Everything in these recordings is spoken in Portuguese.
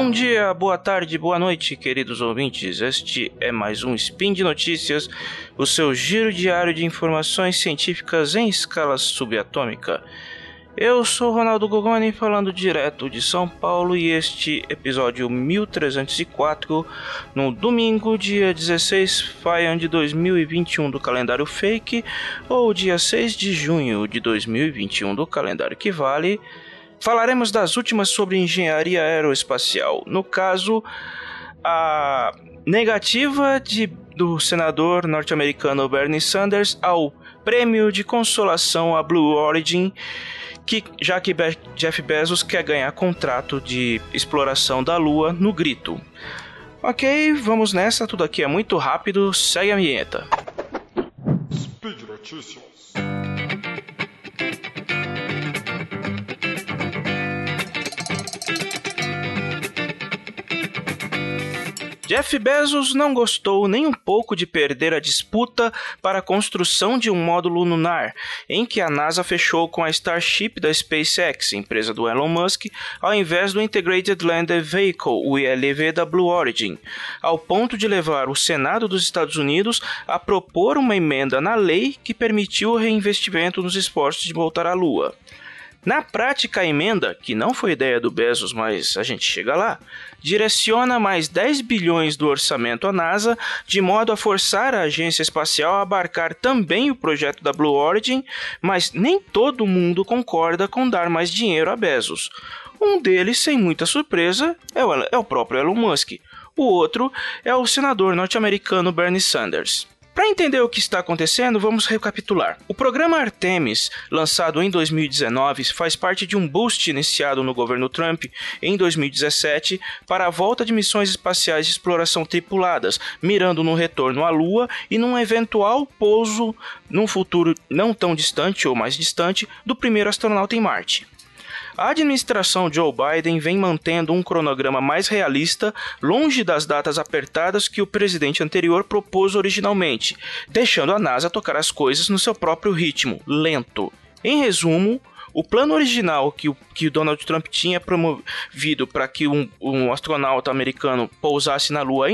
Bom dia, boa tarde, boa noite, queridos ouvintes. Este é mais um Spin de Notícias, o seu giro diário de informações científicas em escala subatômica. Eu sou Ronaldo Gogoni, falando direto de São Paulo, e este episódio 1304, no domingo, dia 16 Faian de 2021 do calendário fake, ou dia 6 de junho de 2021 do calendário que vale. Falaremos das últimas sobre engenharia aeroespacial. No caso, a negativa do senador norte-americano Bernie Sanders ao prêmio de consolação à Blue Origin, já que Jeff Bezos quer ganhar contrato de exploração da Lua no grito. Ok, vamos nessa, tudo aqui é muito rápido, segue a vinheta. Speed Notícias. Jeff Bezos não gostou nem um pouco de perder a disputa para a construção de um módulo lunar, em que a NASA fechou com a Starship da SpaceX, empresa do Elon Musk, ao invés do Integrated Lander Vehicle, o ILV da Blue Origin, ao ponto de levar o Senado dos Estados Unidos a propor uma emenda na lei que permitiu o reinvestimento nos esforços de voltar à Lua. Na prática, a emenda, que não foi ideia do Bezos, mas a gente chega lá, direciona mais 10 bilhões do orçamento à NASA, de modo a forçar a agência espacial a abarcar também o projeto da Blue Origin, mas nem todo mundo concorda com dar mais dinheiro a Bezos. Um deles, sem muita surpresa, é o próprio Elon Musk. O outro é o senador norte-americano Bernie Sanders. Para entender o que está acontecendo, vamos recapitular. O programa Artemis, lançado em 2019, faz parte de um boost iniciado no governo Trump em 2017 para a volta de missões espaciais de exploração tripuladas, mirando no retorno à Lua e num eventual pouso num futuro não tão distante ou mais distante do primeiro astronauta em Marte. A administração Joe Biden vem mantendo um cronograma mais realista, longe das datas apertadas que o presidente anterior propôs originalmente, deixando a NASA tocar as coisas no seu próprio ritmo, lento. Em resumo, o plano original que o Donald Trump tinha promovido para que um astronauta americano pousasse na Lua em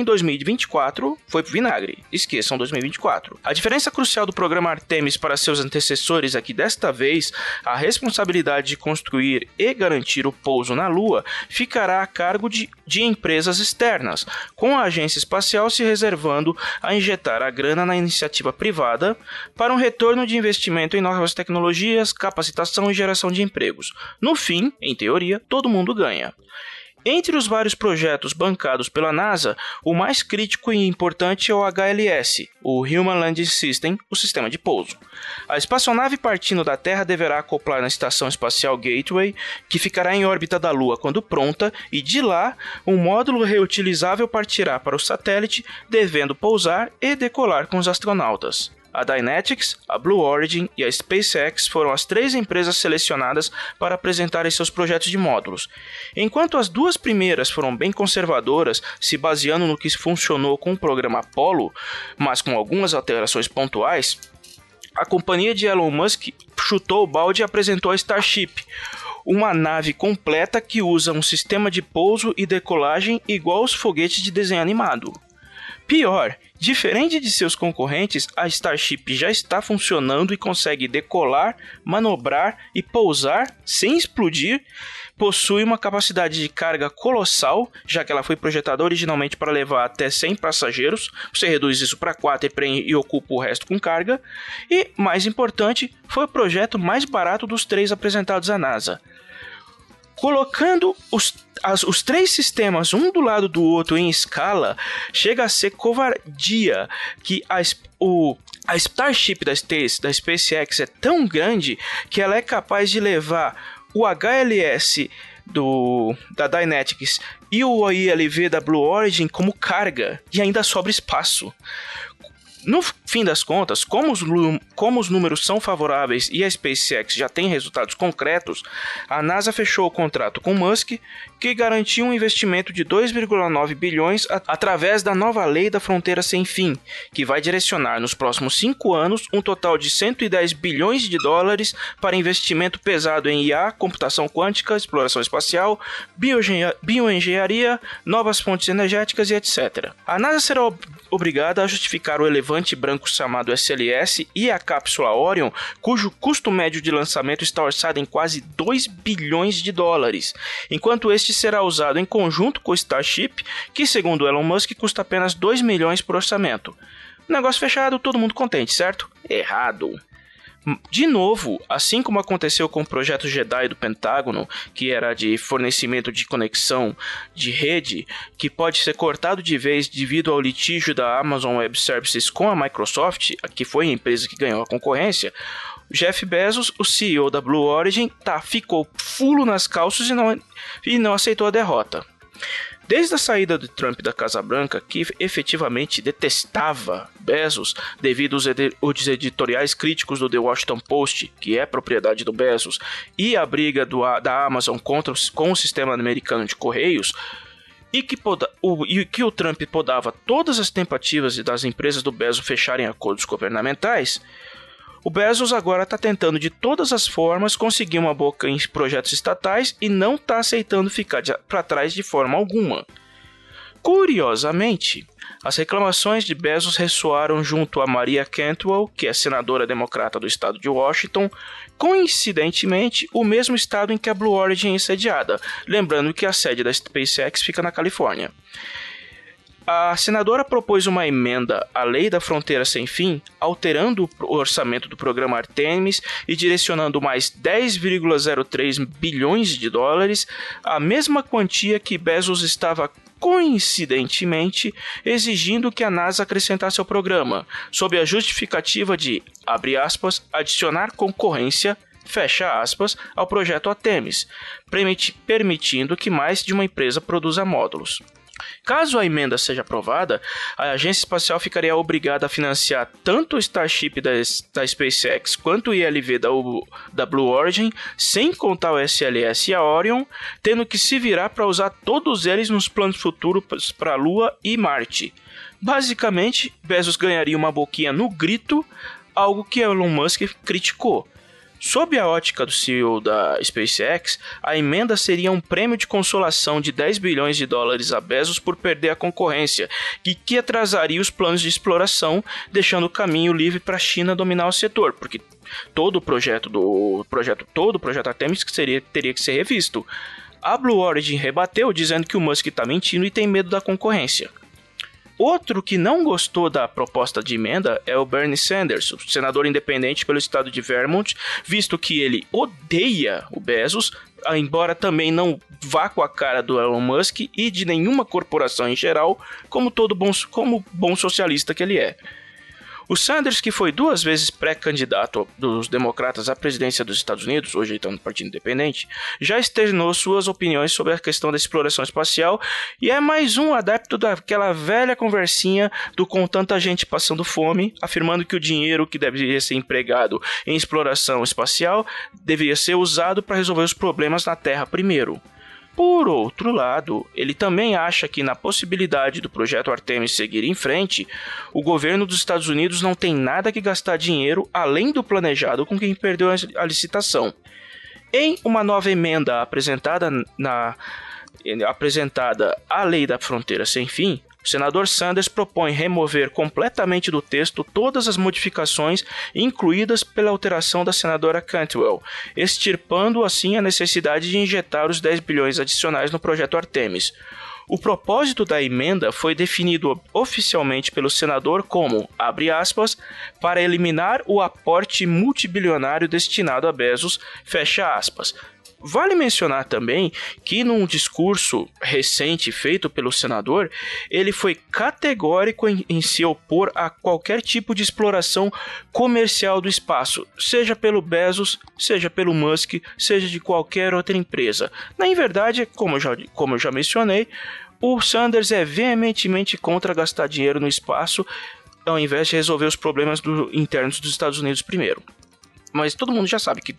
2024 foi pro vinagre. Esqueçam 2024. A diferença crucial do programa Artemis para seus antecessores é que desta vez a responsabilidade de construir e garantir o pouso na Lua ficará a cargo de empresas externas, com a agência espacial se reservando a injetar a grana na iniciativa privada para um retorno de investimento em novas tecnologias, capacitação e geração de empregos. No fim, em teoria, todo mundo ganha. Entre os vários projetos bancados pela NASA, o mais crítico e importante é o HLS, o Human Landing System, o sistema de pouso. A espaçonave partindo da Terra deverá acoplar na Estação Espacial Gateway, que ficará em órbita da Lua quando pronta, e de lá, um módulo reutilizável partirá para o satélite, devendo pousar e decolar com os astronautas. A Dynetics, a Blue Origin e a SpaceX foram as 3 empresas selecionadas para apresentarem seus projetos de módulos. Enquanto as 2 primeiras foram bem conservadoras, se baseando no que funcionou com o programa Apollo, mas com algumas alterações pontuais, a companhia de Elon Musk chutou o balde e apresentou a Starship, uma nave completa que usa um sistema de pouso e decolagem igual aos foguetes de desenho animado. Pior, diferente de seus concorrentes, a Starship já está funcionando e consegue decolar, manobrar e pousar sem explodir. Possui uma capacidade de carga colossal, já que ela foi projetada originalmente para levar até 100 passageiros. Você reduz isso para 4 e ocupa o resto com carga. E, mais importante, foi o projeto mais barato dos 3 apresentados à NASA. Colocando os 3 sistemas um do lado do outro em escala, chega a ser covardia que a Starship da SpaceX é tão grande que ela é capaz de levar o HLS da Dynetics e o ILV da Blue Origin como carga, e ainda sobra espaço. No fim das contas, como os números são favoráveis e a SpaceX já tem resultados concretos, a NASA fechou o contrato com Musk, que garantiu um investimento de 2,9 bilhões através da nova Lei da Fronteira Sem Fim, que vai direcionar nos próximos 5 anos um total de 110 bilhões de dólares para investimento pesado em IA, computação quântica, exploração espacial, bioengenharia, novas fontes energéticas e etc. A NASA será obrigada a justificar o elefante branco chamado SLS e a cápsula Orion, cujo custo médio de lançamento está orçado em quase 2 bilhões de dólares, enquanto este será usado em conjunto com o Starship, que segundo Elon Musk custa apenas 2 milhões por orçamento. Negócio fechado, todo mundo contente, certo? Errado. De novo, assim como aconteceu com o projeto Jedi do Pentágono, que era de fornecimento de conexão de rede, que pode ser cortado de vez devido ao litígio da Amazon Web Services com a Microsoft, que foi a empresa que ganhou a concorrência, Jeff Bezos, o CEO da Blue Origin, ficou fulo nas calças e não aceitou a derrota. Desde a saída de Trump da Casa Branca, que efetivamente detestava Bezos devido aos editoriais críticos do The Washington Post, que é propriedade do Bezos, e a briga da Amazon com o sistema americano de correios, e que o Trump podava todas as tentativas das empresas do Bezos fecharem acordos governamentais, o Bezos agora está tentando de todas as formas conseguir uma boca em projetos estatais e não está aceitando ficar para trás de forma alguma. Curiosamente, as reclamações de Bezos ressoaram junto a Maria Cantwell, que é senadora democrata do estado de Washington, coincidentemente o mesmo estado em que a Blue Origin é sediada, lembrando que a sede da SpaceX fica na Califórnia. A senadora propôs uma emenda à Lei da Fronteira Sem Fim, alterando o orçamento do programa Artemis e direcionando mais 10,03 bilhões de dólares, a mesma quantia que Bezos estava coincidentemente exigindo que a NASA acrescentasse ao programa, sob a justificativa de, abre aspas, adicionar concorrência, fecha aspas, ao projeto Artemis, permitindo que mais de uma empresa produza módulos. Caso a emenda seja aprovada, a agência espacial ficaria obrigada a financiar tanto o Starship da SpaceX quanto o ILV da Blue Origin, sem contar o SLS e a Orion, tendo que se virar para usar todos eles nos planos futuros para a Lua e Marte. Basicamente, Bezos ganharia uma boquinha no grito, algo que Elon Musk criticou. Sob a ótica do CEO da SpaceX, a emenda seria um prêmio de consolação de 10 bilhões de dólares a Bezos por perder a concorrência, que atrasaria os planos de exploração, deixando o caminho livre para a China dominar o setor, porque todo o projeto Artemis teria que ser revisto. A Blue Origin rebateu, dizendo que o Musk está mentindo e tem medo da concorrência. Outro que não gostou da proposta de emenda é o Bernie Sanders, o senador independente pelo estado de Vermont, visto que ele odeia o Bezos, embora também não vá com a cara do Elon Musk e de nenhuma corporação em geral, como bom socialista que ele é. O Sanders, que foi 2 vezes pré-candidato dos democratas à presidência dos Estados Unidos, hoje ele está no Partido Independente, já externou suas opiniões sobre a questão da exploração espacial e é mais um adepto daquela velha conversinha do com tanta gente passando fome, afirmando que o dinheiro que deveria ser empregado em exploração espacial deveria ser usado para resolver os problemas na Terra primeiro. Por outro lado, ele também acha que na possibilidade do projeto Artemis seguir em frente, o governo dos Estados Unidos não tem nada que gastar dinheiro além do planejado com quem perdeu a licitação. Em uma nova emenda apresentada à Lei da Fronteira Sem Fim, o senador Sanders propõe remover completamente do texto todas as modificações incluídas pela alteração da senadora Cantwell, extirpando assim a necessidade de injetar os 10 bilhões adicionais no projeto Artemis. O propósito da emenda foi definido oficialmente pelo senador como, abre aspas, para eliminar o aporte multibilionário destinado a Bezos, fecha aspas. Vale mencionar também que num discurso recente feito pelo senador, ele foi categórico em se opor a qualquer tipo de exploração comercial do espaço, seja pelo Bezos, seja pelo Musk, seja de qualquer outra empresa. Na verdade, como eu já mencionei, o Sanders é veementemente contra gastar dinheiro no espaço, ao invés de resolver os problemas internos dos Estados Unidos primeiro. Mas todo mundo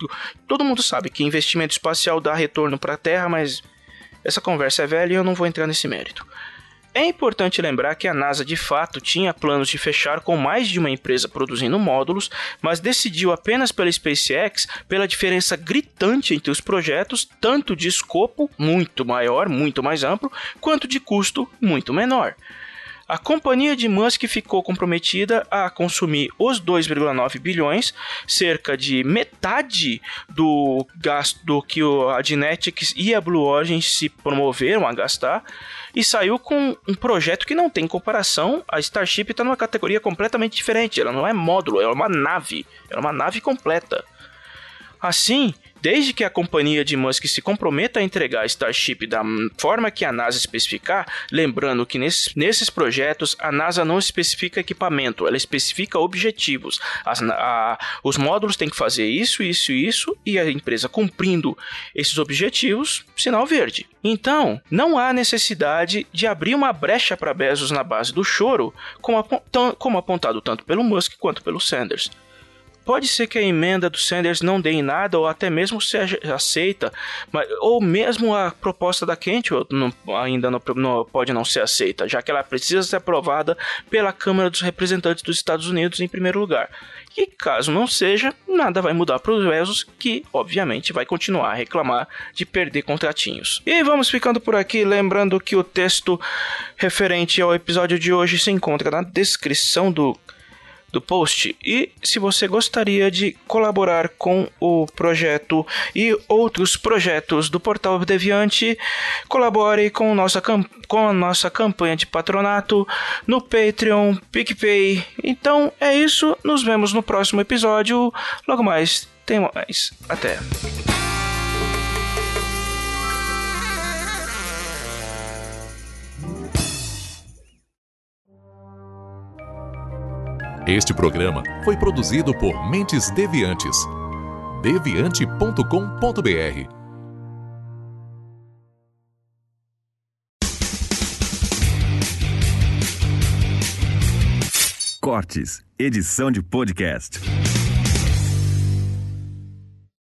sabe que investimento espacial dá retorno para a Terra, mas essa conversa é velha e eu não vou entrar nesse mérito. É importante lembrar que a NASA de fato tinha planos de fechar com mais de uma empresa produzindo módulos, mas decidiu apenas pela SpaceX pela diferença gritante entre os projetos, tanto de escopo muito maior, muito mais amplo, quanto de custo muito menor. A companhia de Musk ficou comprometida a consumir os 2,9 bilhões, cerca de metade do gasto que a Dynetics e a Blue Origin se promoveram a gastar, e saiu com um projeto que não tem comparação. A Starship está numa categoria completamente diferente, ela não é módulo, ela é uma nave completa. Assim, desde que a companhia de Musk se comprometa a entregar a Starship da forma que a NASA especificar, lembrando que nesses projetos a NASA não especifica equipamento, ela especifica objetivos. Os módulos têm que fazer isso, e a empresa cumprindo esses objetivos, sinal verde. Então, não há necessidade de abrir uma brecha para Bezos na base do choro, como apontado tanto pelo Musk quanto pelo Sanders. Pode ser que a emenda do Sanders não dê em nada, ou até mesmo seja aceita, ou mesmo a proposta da Cantwell ainda não pode não ser aceita, já que ela precisa ser aprovada pela Câmara dos Representantes dos Estados Unidos em primeiro lugar. E caso não seja, nada vai mudar para os Bezos, que obviamente vai continuar a reclamar de perder contratinhos. E vamos ficando por aqui, lembrando que o texto referente ao episódio de hoje se encontra na descrição do post. E se você gostaria de colaborar com o projeto e outros projetos do Portal Deviante, colabore com a nossa campanha de patronato no Patreon, PicPay. Então é isso, nos vemos no próximo episódio. Logo mais, tem mais. Até! Este programa foi produzido por Mentes Deviantes. deviante.com.br. Cortes, edição de podcast.